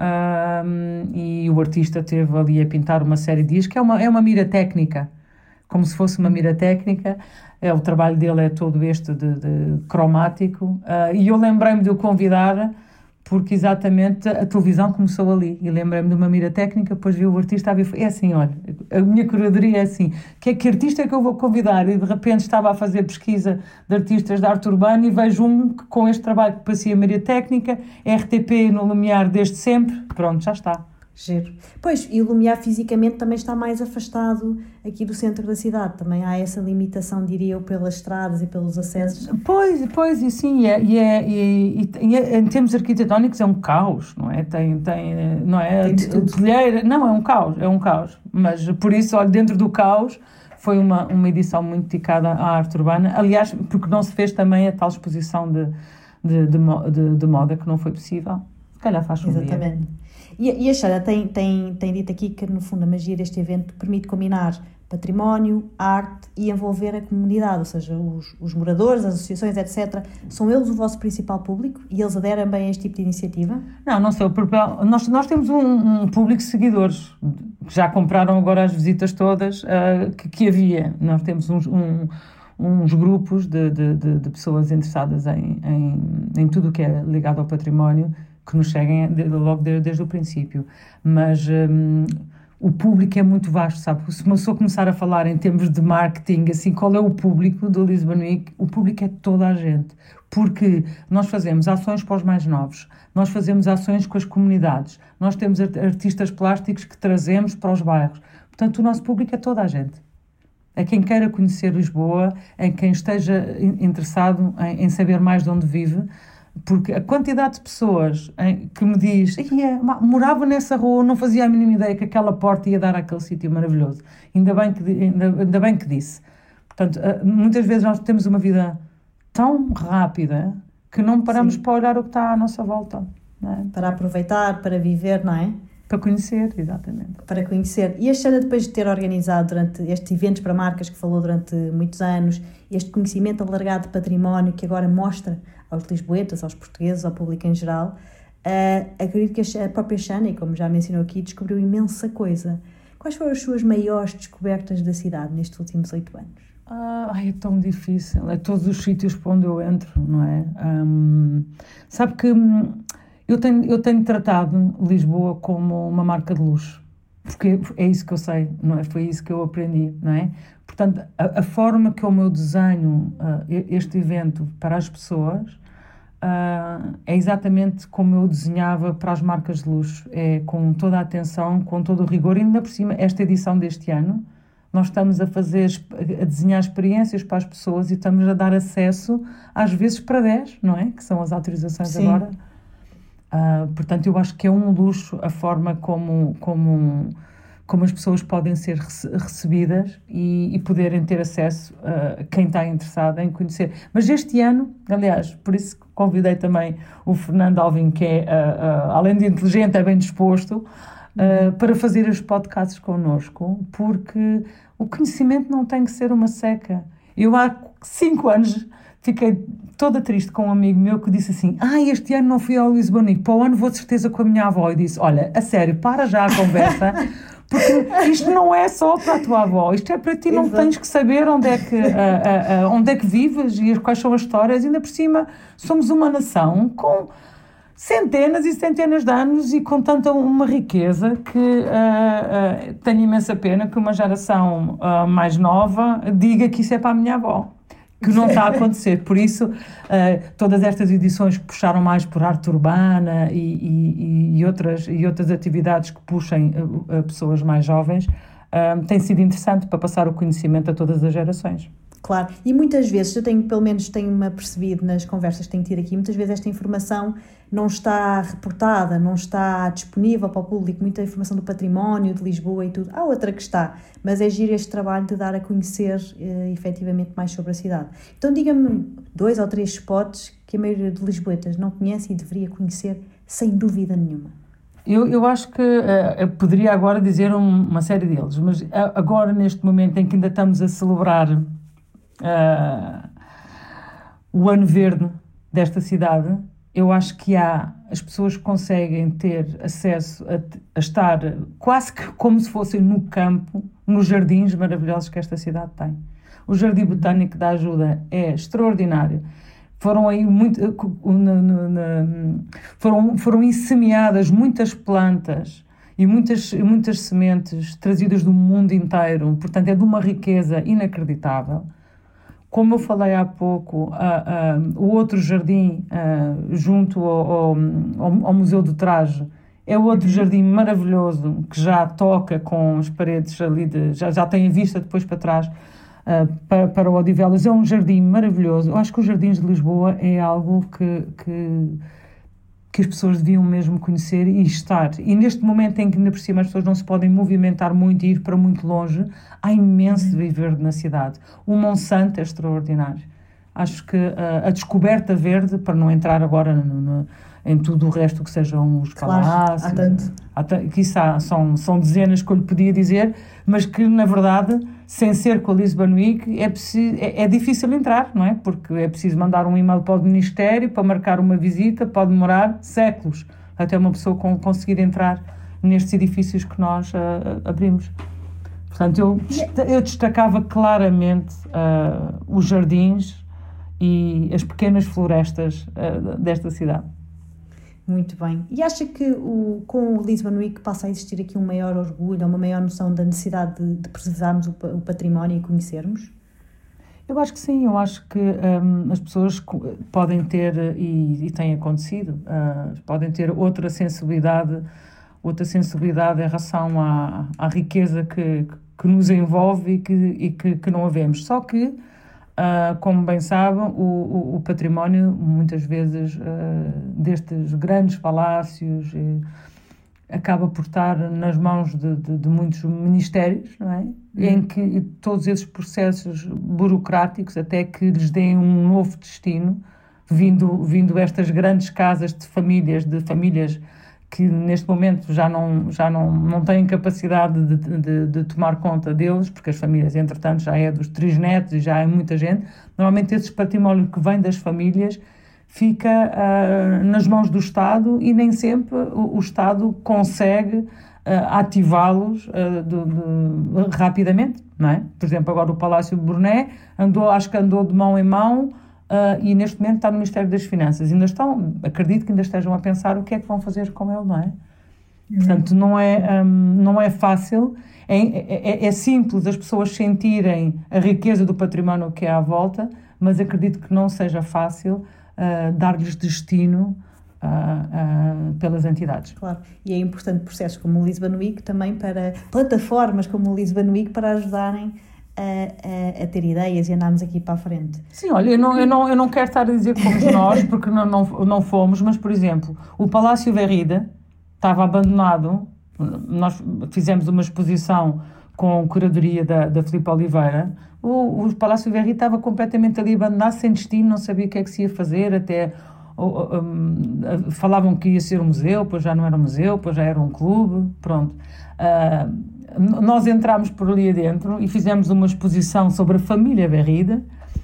Speaker 2: um, e o artista teve ali a pintar uma série de dias, que é uma, é uma mira técnica, como se fosse uma mira técnica. É, o trabalho dele é todo este de, de cromático, uh, e eu lembrei-me de o convidar porque exatamente a televisão começou ali, e lembrei-me de uma mira técnica, depois vi o artista a ver, é assim, olha, a minha curadoria é assim, que, que artista é que eu vou convidar? E de repente estava a fazer pesquisa de artistas de arte urbana e vejo um que, com este trabalho que parecia mira técnica, R T P no Lumiar desde sempre, pronto, já está.
Speaker 1: Giro. Pois, e o Lumiar fisicamente também está mais afastado aqui do centro da cidade. Também há essa limitação, diria eu, pelas estradas e pelos acessos.
Speaker 2: Pois, pois, e sim, e, é, e, é, e, e é, em termos arquitetónicos é um caos, não é? Tem, tem, não é?
Speaker 1: Tem de tudo.
Speaker 2: Telheira, não, é um caos, é um caos. Mas por isso, olha, dentro do caos, foi uma, uma edição muito dedicada à arte urbana. Aliás, porque não se fez também a tal exposição de, de, de, de, de moda que não foi possível. Se calhar faz um
Speaker 1: Exatamente.
Speaker 2: dia.
Speaker 1: E, e a Sheila tem, tem, tem dito aqui que, no fundo, a magia deste evento permite combinar património, arte e envolver a comunidade, ou seja, os, os moradores, as associações, etcétera. São eles o vosso principal público e eles aderem bem a este tipo de iniciativa?
Speaker 2: Não, não sei. Nós, nós temos um, um público de seguidores que já compraram agora as visitas todas uh, que, que havia. Nós temos uns, um, uns grupos de, de, de, de pessoas interessadas em, em, em tudo o que é ligado ao património, que nos seguem de, logo de, desde o princípio. Mas um, o público é muito vasto, sabe? Se uma pessoa começar a falar em termos de marketing, assim, qual é o público do Lisbon Week? O público é toda a gente. Porque nós fazemos ações para os mais novos, nós fazemos ações com as comunidades, nós temos artistas plásticos que trazemos para os bairros. Portanto, o nosso público é toda a gente. É quem queira conhecer Lisboa, é quem esteja interessado em, em saber mais de onde vive. Porque a quantidade de pessoas em, que me diz "Ia, morava nessa rua, não fazia a mínima ideia que aquela porta ia dar àquele sítio maravilhoso. Ainda bem que, ainda, ainda bem que disse. Portanto, muitas vezes nós temos uma vida tão rápida que não paramos Sim. para olhar o que está à nossa volta. Não é?
Speaker 1: Para aproveitar, para viver, não é?
Speaker 2: Para conhecer, exatamente.
Speaker 1: Para conhecer. E a Xana, depois de ter organizado durante estes eventos para marcas que falou durante muitos anos, este conhecimento alargado de património que agora mostra aos lisboetas, aos portugueses, ao público em geral, uh, acredito que a própria Xana, e como já mencionou aqui, descobriu imensa coisa. Quais foram as suas maiores descobertas da cidade nestes últimos oito anos?
Speaker 2: Ah, ai, é tão difícil. É todos os sítios para onde eu entro, não é? Um, sabe que... Eu tenho, eu tenho tratado Lisboa como uma marca de luxo, porque é isso que eu sei, não é? Foi isso que eu aprendi, não é? Portanto, a, a forma que eu desenho uh, este evento para as pessoas uh, é exatamente como eu desenhava para as marcas de luxo, é com toda a atenção, com todo o rigor, e ainda por cima, esta edição deste ano, nós estamos a fazer, a desenhar experiências para as pessoas e estamos a dar acesso, às vezes, para dez, não é? Que são as autorizações Sim. agora. Uh, portanto, eu acho que é um luxo a forma como, como, como as pessoas podem ser rece- recebidas e, e poderem ter acesso a uh, quem está interessado em conhecer. Mas este ano, aliás, por isso convidei também o Fernando Alvim, que é, uh, uh, além de inteligente, é bem disposto, uh, para fazer os podcasts connosco, porque o conhecimento não tem que ser uma seca. Eu há cinco anos fiquei toda triste com um amigo meu que disse assim, ah, este ano não fui ao Lisbon Week, para o ano vou de certeza com a minha avó. E disse, olha, a sério, para já a conversa, porque isto não é só para a tua avó, isto é para ti, não Exato. Tens que saber onde é que, uh, uh, uh, onde é que vives e quais são as histórias. Ainda por cima, somos uma nação com centenas e centenas de anos e com tanta uma riqueza que uh, uh, tenho imensa pena que uma geração uh, mais nova diga que isso é para a minha avó. Que não está a acontecer, por isso uh, todas estas edições que puxaram mais por arte urbana e, e, e, outras, e outras atividades que puxem a, a pessoas mais jovens uh, tem sido interessante para passar o conhecimento a todas as gerações.
Speaker 1: Claro, e muitas vezes, eu tenho, pelo menos tenho-me apercebido nas conversas que tenho tido aqui, muitas vezes esta informação não está reportada, não está disponível para o público, muita informação do património, de Lisboa e tudo. Há outra que está, mas é giro este trabalho de dar a conhecer eh, efetivamente mais sobre a cidade. Então diga-me dois ou três spots que a maioria de lisboetas não conhece e deveria conhecer sem dúvida nenhuma.
Speaker 2: Eu, eu acho que uh, eu poderia agora dizer um, uma série deles, mas uh, agora neste momento em que ainda estamos a celebrar uh, o ano verde desta cidade, eu acho que há, as pessoas conseguem ter acesso a, a estar quase que como se fossem no campo, nos jardins maravilhosos que esta cidade tem. O Jardim Botânico da Ajuda é extraordinário. Foram aí muito, na, na, na, foram, foram insemeadas muitas plantas e muitas, muitas sementes trazidas do mundo inteiro, portanto é de uma riqueza inacreditável. Como eu falei há pouco, uh, uh, o outro jardim uh, junto ao, ao, ao Museu do Traje é outro jardim maravilhoso que já toca com as paredes ali, de, já, já tem a vista depois para trás uh, para, para o Odivelas. É um jardim maravilhoso. Eu acho que os jardins de Lisboa é algo que, que, que as pessoas deviam mesmo conhecer e estar. E neste momento em que ainda por cima as pessoas não se podem movimentar muito e ir para muito longe, há imenso de viver na cidade. O Monsanto é extraordinário. Acho que uh, a descoberta verde, para não entrar agora no, no, em tudo o resto que sejam os palácios,
Speaker 1: claro, há tanto.
Speaker 2: Há t- que isso há, são, são dezenas que eu lhe podia dizer, mas que na verdade, sem ser com a Lisbon Week, é, preciso, é, é difícil entrar, não é? Porque é preciso mandar um e-mail para o Ministério, para marcar uma visita, pode demorar séculos, até uma pessoa com, conseguir entrar nestes edifícios que nós uh, abrimos. Portanto, eu, eu destacava claramente uh, os jardins e as pequenas florestas uh, desta cidade.
Speaker 1: Muito bem. E acha que o, com o Lisbon Week passa a existir aqui um maior orgulho, uma maior noção da necessidade de, de preservarmos o, o património e conhecermos?
Speaker 2: Eu acho que sim, eu acho que um, as pessoas podem ter, e, e tem acontecido, uh, podem ter outra sensibilidade, outra sensibilidade em relação à, à riqueza que, que nos envolve e que, e que, que não a vemos. Só que uh, como bem sabem, o, o, o património, muitas vezes, uh, destes grandes palácios, uh, acaba por estar nas mãos de, de, de muitos ministérios, não é? Hum. Em que todos esses processos burocráticos, até que lhes deem um novo destino, vindo, vindo estas grandes casas de famílias, de famílias que neste momento já não, já não, não têm capacidade de, de, de tomar conta deles, porque as famílias, entretanto, já é dos trisnetos e já é muita gente. Normalmente esses patrimónios que vêm das famílias fica uh, nas mãos do Estado e nem sempre o, o Estado consegue uh, ativá-los uh, de, de, rapidamente, não é? Por exemplo, agora o Palácio de Brunet andou, acho que andou de mão em mão uh, e neste momento está no Ministério das Finanças. Ainda estão, acredito que ainda estejam a pensar o que é que vão fazer com ele, não é? Uhum. Portanto, não é, um, não é fácil, é, é, é simples as pessoas sentirem a riqueza do património que é à volta, mas acredito que não seja fácil Uh, dar-lhes destino uh, uh, pelas entidades.
Speaker 1: Claro, e é importante processos como o Lisbon Week também para plataformas como o Lisbon Week para ajudarem a, a, a ter ideias e andarmos aqui para a frente.
Speaker 2: Sim, olha, eu não, eu não, eu não quero estar a dizer que fomos nós, porque não, não, não fomos, mas, por exemplo, o Palácio Verrida estava abandonado, nós fizemos uma exposição com a curadoria da, da Filipe Oliveira. O, o Palácio Verri estava completamente ali abandonado, sem destino, não sabia o que é que se ia fazer, até um, um, falavam que ia ser um museu, depois já não era um museu, depois já era um clube, pronto. Uh, nós entramos por ali adentro e fizemos uma exposição sobre a família Verrida,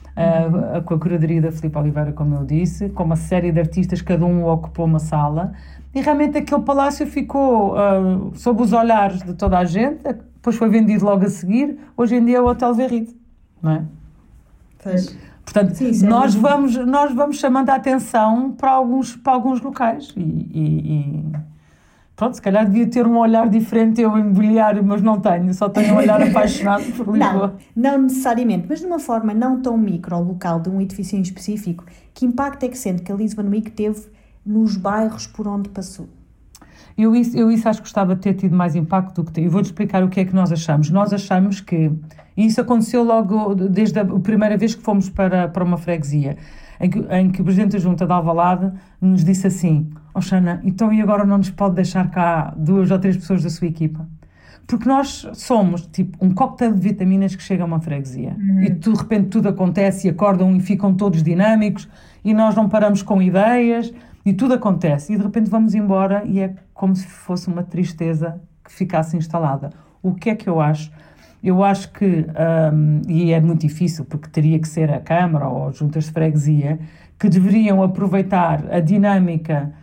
Speaker 2: uh, com a curadoria da Filipe Oliveira, como eu disse, com uma série de artistas, cada um ocupou uma sala, e realmente aquele palácio ficou uh, sob os olhares de toda a gente, depois foi vendido logo a seguir, hoje em dia é o Hotel Verride. Não é?
Speaker 1: Pois.
Speaker 2: Portanto, Sim, nós, vamos, nós vamos chamando a atenção para alguns, para alguns locais e, e, e pronto, se calhar devia ter um olhar diferente eu imobiliário, mas não tenho, só tenho um olhar apaixonado por Lisboa.
Speaker 1: Não, não necessariamente, mas de uma forma não tão micro ou local de um edifício em específico, que impacto é que sente que a Lisbon Week teve nos bairros por onde passou?
Speaker 2: Eu isso, eu isso acho que gostava de ter tido mais impacto do que tem. Eu vou-te explicar o que é que nós achamos. Nós achamos que, e isso aconteceu logo desde a primeira vez que fomos para, para uma freguesia, em que, em que o Presidente da Junta de Alvalade nos disse assim: ó Xana, então e agora não nos pode deixar cá duas ou três pessoas da sua equipa? Porque nós somos tipo um cocktail de vitaminas que chega a uma freguesia. Uhum. E de repente tudo acontece e acordam e ficam todos dinâmicos e nós não paramos com ideias. E tudo acontece, e de repente vamos embora e é como se fosse uma tristeza que ficasse instalada. O que é que eu acho? Eu acho que, um, e é muito difícil, porque teria que ser a Câmara ou as juntas de freguesia, que deveriam aproveitar a dinâmica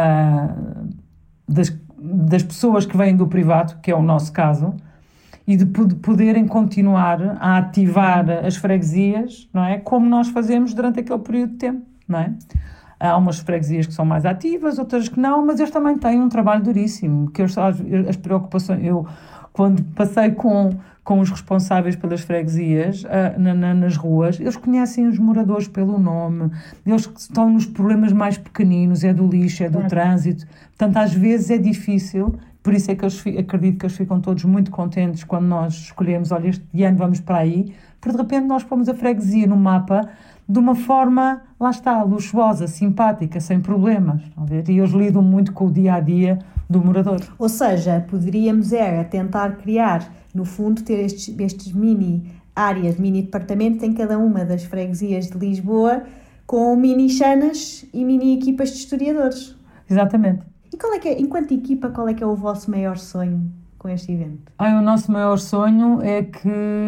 Speaker 2: uh, das, das pessoas que vêm do privado, que é o nosso caso, e de poderem continuar a ativar as freguesias, não é? Como nós fazemos durante aquele período de tempo, não é? Há umas freguesias que são mais ativas, outras que não, mas eles também têm um trabalho duríssimo, que eu, as preocupações, eu quando passei com, com os responsáveis pelas freguesias uh, na, na, nas ruas, eles conhecem os moradores pelo nome, eles estão nos problemas mais pequeninos, é do lixo, é do é. trânsito, portanto às vezes é difícil, por isso é que eles, acredito que eles ficam todos muito contentes quando nós escolhemos, olha, este ano vamos para aí, porque de repente nós pomos a freguesia no mapa de uma forma, lá está, luxuosa, simpática, sem problemas. Estão a ver? E eles lidam muito com o dia-a-dia do morador.
Speaker 1: Ou seja, poderíamos era tentar criar, no fundo, ter estes, estes mini áreas, mini departamentos em cada uma das freguesias de Lisboa, com mini chanas e mini equipas de historiadores.
Speaker 2: Exatamente.
Speaker 1: E qual é que é, enquanto equipa, qual é que é o vosso maior sonho com este evento?
Speaker 2: Ah, o nosso maior sonho é que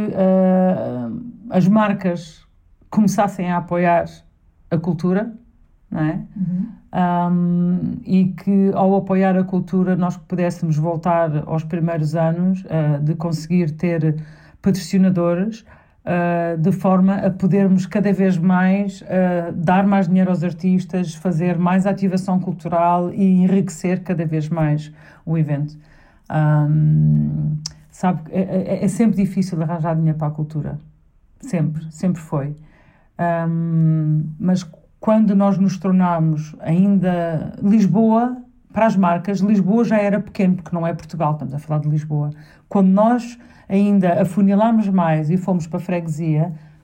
Speaker 2: uh, as marcas começassem a apoiar a cultura, não é? Uhum. Um, e que ao apoiar a cultura nós pudéssemos voltar aos primeiros anos uh, de conseguir ter patrocinadores uh, de forma a podermos cada vez mais uh, dar mais dinheiro aos artistas, fazer mais ativação cultural e enriquecer cada vez mais o evento. Um, sabe, é, é sempre difícil arranjar dinheiro para a cultura, sempre, sempre foi. Um, mas quando nós nos tornámos ainda Lisboa, para as marcas, Lisboa já era pequeno, porque não é Portugal, estamos a falar de Lisboa. Quando nós ainda afunilámos mais e fomos para a freguesia,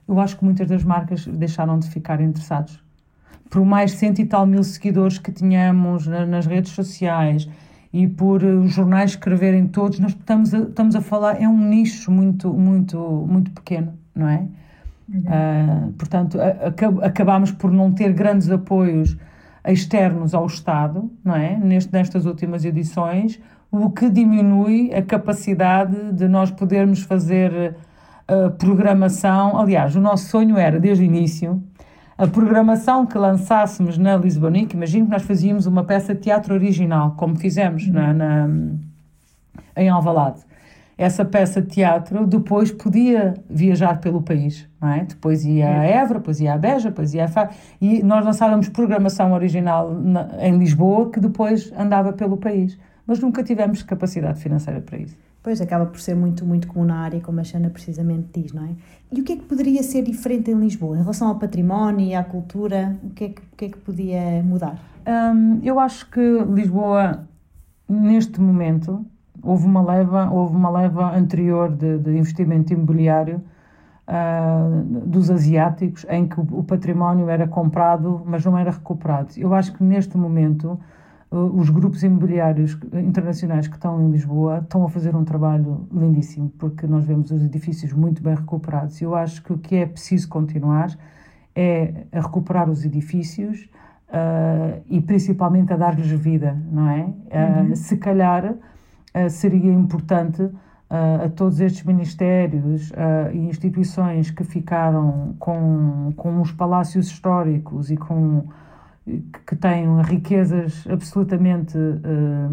Speaker 2: eu acho que muitas das marcas deixaram de ficar interessados. Por mais cento e tal mil seguidores que tínhamos na, nas redes sociais e por uh, os jornais escreverem todos, nós estamos a, estamos a falar, é um nicho muito, muito, muito pequeno, não é? Uhum. Uh, portanto, a, a, acabámos por não ter grandes apoios externos ao Estado, não é? Neste, nestas últimas edições, o que diminui a capacidade de nós podermos fazer uh, programação. Aliás, o nosso sonho era, desde o início, a programação que lançássemos na Lisbonic. Imagino que nós fazíamos uma peça de teatro original, como fizemos uhum. na, na, em Alvalade. Essa peça de teatro depois podia viajar pelo país, não é? Depois ia a Évora, depois ia a Beja, depois ia a Faro, e nós lançávamos programação original na, em Lisboa, que depois andava pelo país. Mas nunca tivemos capacidade financeira para isso.
Speaker 1: Pois, acaba por ser muito, muito comum na área, como a Xana precisamente diz, não é? E o que é que poderia ser diferente em Lisboa, em relação ao património e à cultura? O que é que, o que, é que podia mudar?
Speaker 2: Hum, eu acho que Lisboa, neste momento, houve uma leva, houve uma leva anterior de, de investimento imobiliário uh, dos asiáticos, em que o, o património era comprado, mas não era recuperado. Eu acho que neste momento os grupos imobiliários internacionais que estão em Lisboa estão a fazer um trabalho lindíssimo, porque nós vemos os edifícios muito bem recuperados. Eu acho que o que é preciso continuar é a recuperar os edifícios uh, e principalmente a dar-lhes vida, não é? Uhum. Uh, se calhar uh, seria importante uh, a todos estes ministérios uh, e instituições que ficaram com, com os palácios históricos e com que têm riquezas absolutamente uh,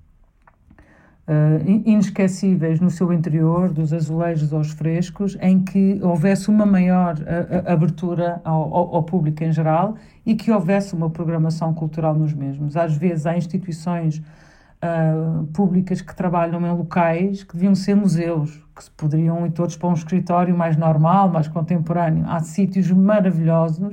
Speaker 2: uh, inesquecíveis no seu interior, dos azulejos aos frescos, em que houvesse uma maior uh, abertura ao, ao, ao público em geral e que houvesse uma programação cultural nos mesmos. Às vezes há instituições uh, públicas que trabalham em locais que deviam ser museus, que se poderiam ir todos para um escritório mais normal, mais contemporâneo. Há sítios maravilhosos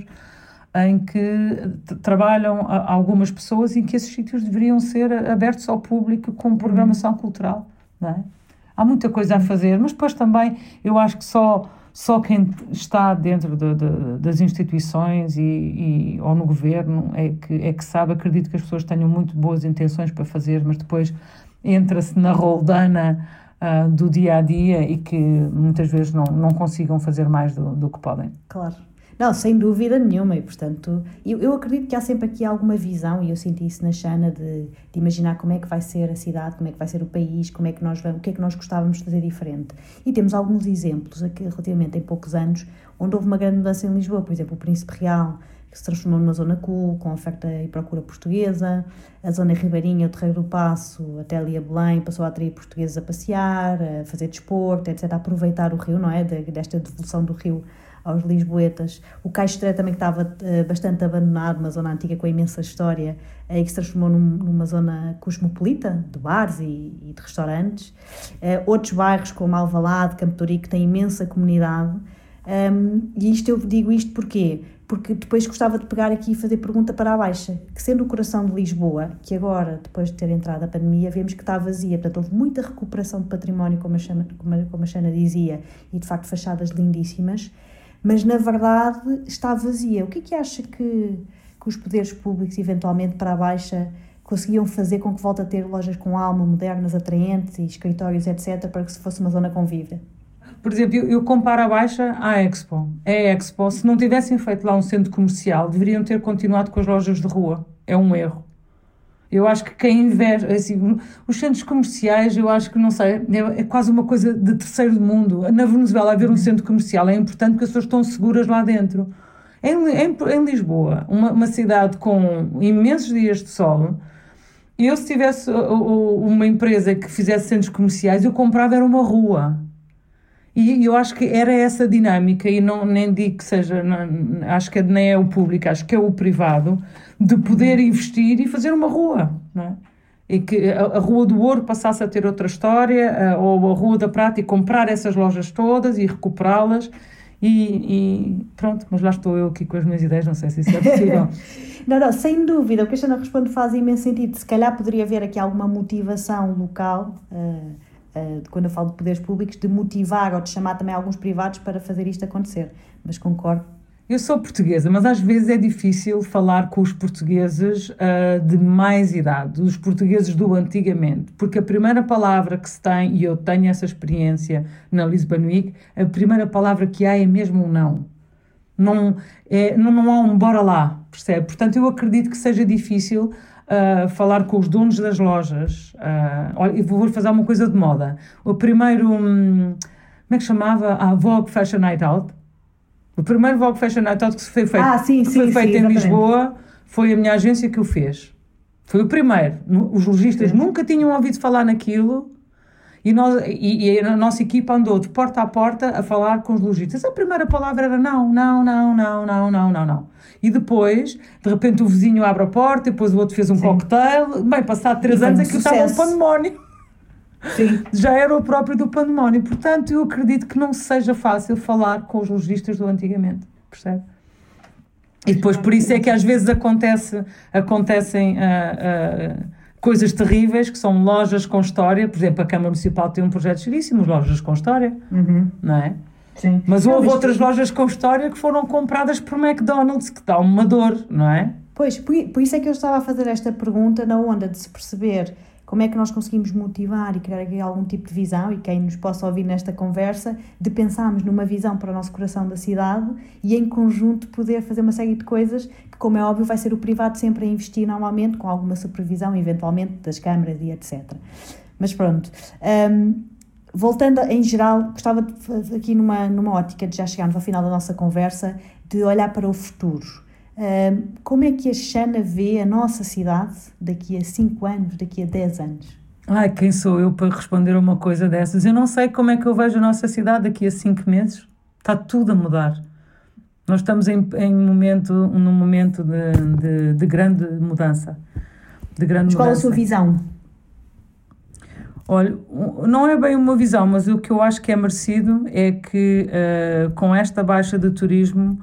Speaker 2: em que trabalham algumas pessoas e que esses sítios deveriam ser abertos ao público com programação cultural, não é? Há muita coisa a fazer, mas depois também eu acho que só, só quem está dentro de, de, das instituições e, e, ou no governo é que, é que sabe. Acredito que as pessoas tenham muito boas intenções para fazer, mas depois entra-se na roldana uh, do dia-a-dia e que muitas vezes não, não consigam fazer mais do, do que podem.
Speaker 1: Claro. Não, sem dúvida nenhuma, e portanto, eu, eu acredito que há sempre aqui alguma visão, e eu senti isso na Xana, de, de imaginar como é que vai ser a cidade, como é que vai ser o país, como é que nós vamos, o que é que nós gostávamos de fazer diferente. E temos alguns exemplos aqui, relativamente em poucos anos, onde houve uma grande mudança em Lisboa. Por exemplo, o Príncipe Real, que se transformou numa zona cool, com oferta e procura portuguesa, a zona ribeirinha, o Terreiro do Paço, até ali a Belém, passou a atrair portugueses a passear, a fazer desporto, etcétera, a aproveitar o rio, não é? De, desta devolução do rio aos lisboetas. O Caixo Estreito também, que estava uh, bastante abandonado, uma zona antiga com imensa história, aí uh, que se transformou num, numa zona cosmopolita, de bares e, e de restaurantes. Uh, outros bairros, como Alvalade, Campo Torico, que têm imensa comunidade. Um, e isto eu digo isto porquê? Porque depois gostava de pegar aqui e fazer pergunta para a Baixa, que sendo o coração de Lisboa, que agora, depois de ter entrado a pandemia, vemos que está vazia. Portanto, houve muita recuperação de património, como a Xana, como a, como a Xana dizia, e de facto fachadas lindíssimas, mas na verdade está vazia. O que é que acha que, que os poderes públicos, eventualmente para a Baixa, conseguiam fazer com que volte a ter lojas com alma, modernas, atraentes, e escritórios, etcétera, para que se fosse uma zona convívia?
Speaker 2: Por exemplo, eu, eu comparo a Baixa à Expo. É a Expo. Se não tivessem feito lá um centro comercial, deveriam ter continuado com as lojas de rua. É um erro. Eu acho que quem investe, assim, os centros comerciais, eu acho que, não sei, é, é quase uma coisa de terceiro mundo. Na Venezuela, haver um centro comercial é importante porque as pessoas estão seguras lá dentro. Em, em, em Lisboa, uma, uma cidade com imensos dias de sol, eu, se tivesse uma empresa que fizesse centros comerciais, eu comprava era uma rua. E eu acho que era essa dinâmica, e não, nem digo que seja, não, acho que nem é o público, acho que é o privado, de poder investir e fazer uma rua, não é? E que a, a Rua do Ouro passasse a ter outra história, a, ou a Rua da Prata, e comprar essas lojas todas e recuperá-las, e, e pronto, mas lá estou eu aqui com as minhas ideias, não sei se isso é possível.
Speaker 1: Não, não, sem dúvida, o que a Xana responde faz imenso sentido. Se calhar poderia haver aqui alguma motivação local, uh, uh, de quando eu falo de poderes públicos, de motivar ou de chamar também alguns privados para fazer isto acontecer. Mas concordo.
Speaker 2: Eu sou portuguesa, mas às vezes é difícil falar com os portugueses uh, de mais idade, os portugueses do antigamente, porque a primeira palavra que se tem, e eu tenho essa experiência na Lisbon Week, a primeira palavra que há é mesmo um não. Não, é, não, não há um bora lá, percebe? Portanto, eu acredito que seja difícil uh, falar com os donos das lojas. Uh, olha, eu vou fazer uma coisa de moda. O primeiro, um, como é que chamava? A Vogue Fashion Night Out. O primeiro Vogue Fashion Night Out que foi feito,
Speaker 1: ah, sim,
Speaker 2: que
Speaker 1: sim,
Speaker 2: foi feito
Speaker 1: sim,
Speaker 2: em Lisboa, foi a minha agência que o fez. Foi o primeiro. Os lojistas sim. nunca tinham ouvido falar naquilo e, nós, e, e a nossa equipa andou de porta a porta a falar com os lojistas. A primeira palavra era não, não, não, não, não, não, não, não. E depois, de repente, o vizinho abre a porta, depois o outro fez um sim. cocktail. Bem, passado três anos, aquilo estava um pandemónio. Sim. Já era o próprio do pandemónio. Portanto, eu acredito que não seja fácil falar com os lojistas do antigamente, percebe? E depois, por isso é que às vezes acontece, acontecem uh, uh, coisas terríveis, que são lojas com história. Por exemplo, a Câmara Municipal tem um projeto giríssimo, lojas com história,
Speaker 1: uhum.
Speaker 2: não é?
Speaker 1: Sim.
Speaker 2: Mas
Speaker 1: não,
Speaker 2: houve
Speaker 1: mas
Speaker 2: outras
Speaker 1: sim.
Speaker 2: lojas com história que foram compradas por McDonald's, que dá uma dor, não é?
Speaker 1: Pois, por, por isso é que eu estava a fazer esta pergunta na onda de se perceber como é que nós conseguimos motivar e criar aqui algum tipo de visão, e quem nos possa ouvir nesta conversa, de pensarmos numa visão para o nosso coração da cidade e em conjunto poder fazer uma série de coisas que, como é óbvio, vai ser o privado sempre a investir normalmente, com alguma supervisão, eventualmente, das câmaras e etcétera. Mas pronto. Um, voltando em geral, gostava de, aqui numa, numa ótica de já chegarmos ao final da nossa conversa, de olhar para o futuro. Uh, como é que a Xana vê a nossa cidade daqui a cinco anos, daqui a dez anos?
Speaker 2: Ai, quem sou eu para responder a uma coisa dessas? Eu não sei como é que eu vejo a nossa cidade daqui a cinco meses. Está tudo a mudar. Nós estamos em, em momento, num momento de, de, de grande mudança. De grande
Speaker 1: mas qual
Speaker 2: mudança.
Speaker 1: a sua visão?
Speaker 2: Olha, não é bem uma visão, mas o que eu acho que é merecido é que uh, com esta baixa de turismo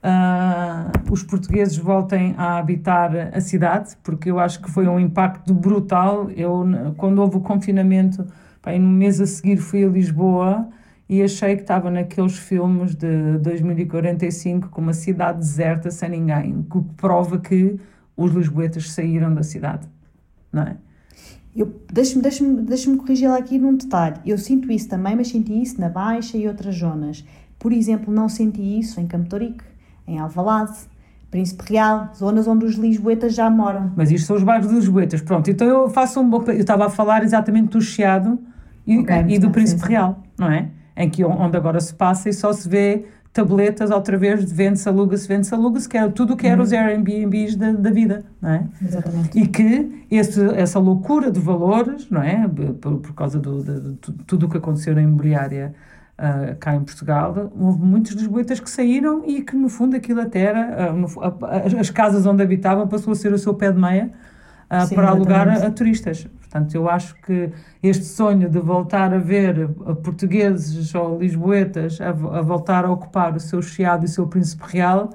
Speaker 2: uh, os portugueses voltem a habitar a cidade, porque eu acho que foi um impacto brutal. Eu, quando houve o confinamento, bem, no mês a seguir fui a Lisboa e achei que estava naqueles filmes de dois mil e quarenta e cinco com uma cidade deserta sem ninguém, o que prova que os lisboetas saíram da cidade, não é?
Speaker 1: Eu, deixa-me, deixa-me, deixa-me corrigir lá aqui num detalhe. Eu sinto isso também, mas senti isso na Baixa e outras zonas. Por exemplo, não senti isso em Campo de Ourique, em Alvalade, Príncipe Real, zonas onde os lisboetas já moram.
Speaker 2: Mas isto são os bairros dos lisboetas. Pronto, então eu faço um... Eu estava a falar exatamente do Chiado e, okay, e do bem, Príncipe sim, Real, não é? Em que onde agora se passa e só se vê tabletas outra vez de vende-se, aluga-se, vende-se, aluga-se, que era tudo o que eram uhum. os Airbnbs da, da vida, não é?
Speaker 1: Exatamente.
Speaker 2: E que esse, essa loucura de valores, não é? Por, por causa do, de, de, de tudo o que aconteceu na imobiliária uh, cá em Portugal, houve muitos lisboetas que saíram e que no fundo aquilo até era, uh, no, a, a, as casas onde habitavam passou a ser o seu pé de meia uh, Sim, para alugar a, a turistas. Portanto, eu acho que este sonho de voltar a ver portugueses ou lisboetas a, a voltar a ocupar o seu Chiado e o seu Príncipe Real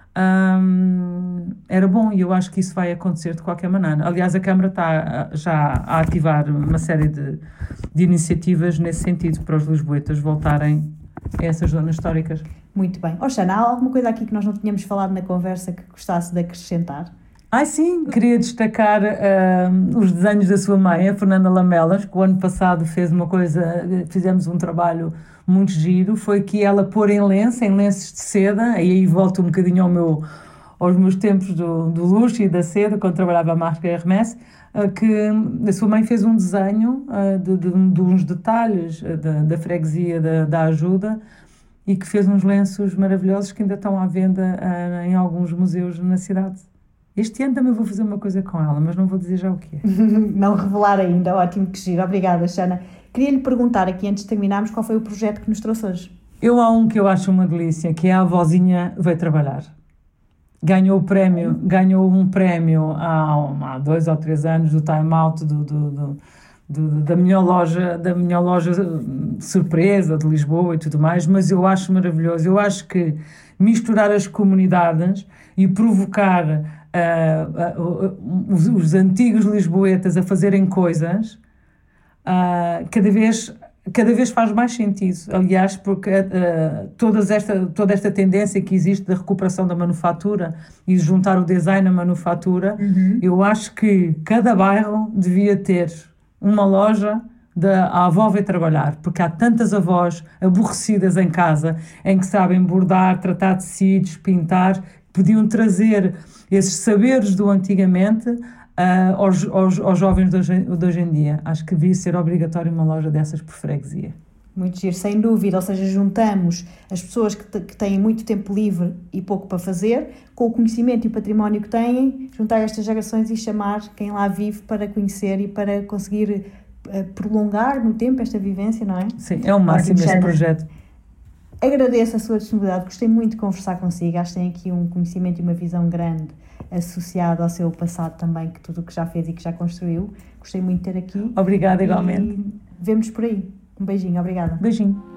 Speaker 2: um, era bom, e eu acho que isso vai acontecer de qualquer maneira. Aliás, a Câmara está já a ativar uma série de, de iniciativas nesse sentido, para os lisboetas voltarem a essas zonas históricas.
Speaker 1: Muito bem. Oh, Xana, há alguma coisa aqui que nós não tínhamos falado na conversa que gostasse de acrescentar?
Speaker 2: Ah, sim, queria destacar uh, os desenhos da sua mãe, a Fernanda Lamelas, que o ano passado fez uma coisa, fizemos um trabalho muito giro, foi que ela pôr em lenço, em lenços de seda, e aí volto um bocadinho ao meu, aos meus tempos do, do luxo e da seda, quando trabalhava a marca Hermès, uh, que a sua mãe fez um desenho uh, de, de, de uns detalhes uh, da, da freguesia da, da ajuda, e que fez uns lenços maravilhosos que ainda estão à venda uh, em alguns museus na cidade. Este ano também vou fazer uma coisa com ela, mas não vou dizer já o que é.
Speaker 1: Não revelar ainda, ótimo, que giro. Obrigada, Xana. Queria-lhe perguntar aqui, antes de terminarmos, qual foi o projeto que nos trouxe hoje?
Speaker 2: Eu há um que eu acho uma delícia, que é a Avózinha Veio Trabalhar. Ganhou o prémio, ganhou um prémio há, há dois ou três anos do Time Out do, do, do, do, da melhor loja, da melhor loja surpresa de Lisboa e tudo mais, mas eu acho maravilhoso. Eu acho que misturar as comunidades e provocar Uh, uh, uh, os, os antigos lisboetas a fazerem coisas uh, cada vez... cada vez faz mais sentido, aliás, porque uh, todas esta, toda esta tendência que existe da recuperação da manufatura e de juntar o design à manufatura, uhum. eu acho que cada bairro devia ter uma loja da a avó veio trabalhar, porque há tantas avós aborrecidas em casa, em que sabem bordar, tratar tecidos, pintar, podiam trazer esses saberes do antigamente Uh, aos, aos, aos jovens de hoje, de hoje em dia. Acho que devia ser obrigatório uma loja dessas por freguesia.
Speaker 1: Muito giro, sem dúvida. Ou seja, juntamos as pessoas que, te, que têm muito tempo livre e pouco para fazer, com o conhecimento e o património que têm, juntar estas gerações e chamar quem lá vive para conhecer e para conseguir uh, prolongar no tempo esta vivência, não é?
Speaker 2: Sim, é o máximo este projeto.
Speaker 1: Agradeço a sua disponibilidade, gostei muito de conversar consigo, acho que tem aqui um conhecimento e uma visão grande associado ao seu passado também, que tudo o que já fez e que já construiu. Gostei muito de ter aqui.
Speaker 2: Obrigada, igualmente.
Speaker 1: E vemo-nos por aí. Um beijinho, obrigada.
Speaker 2: Beijinho.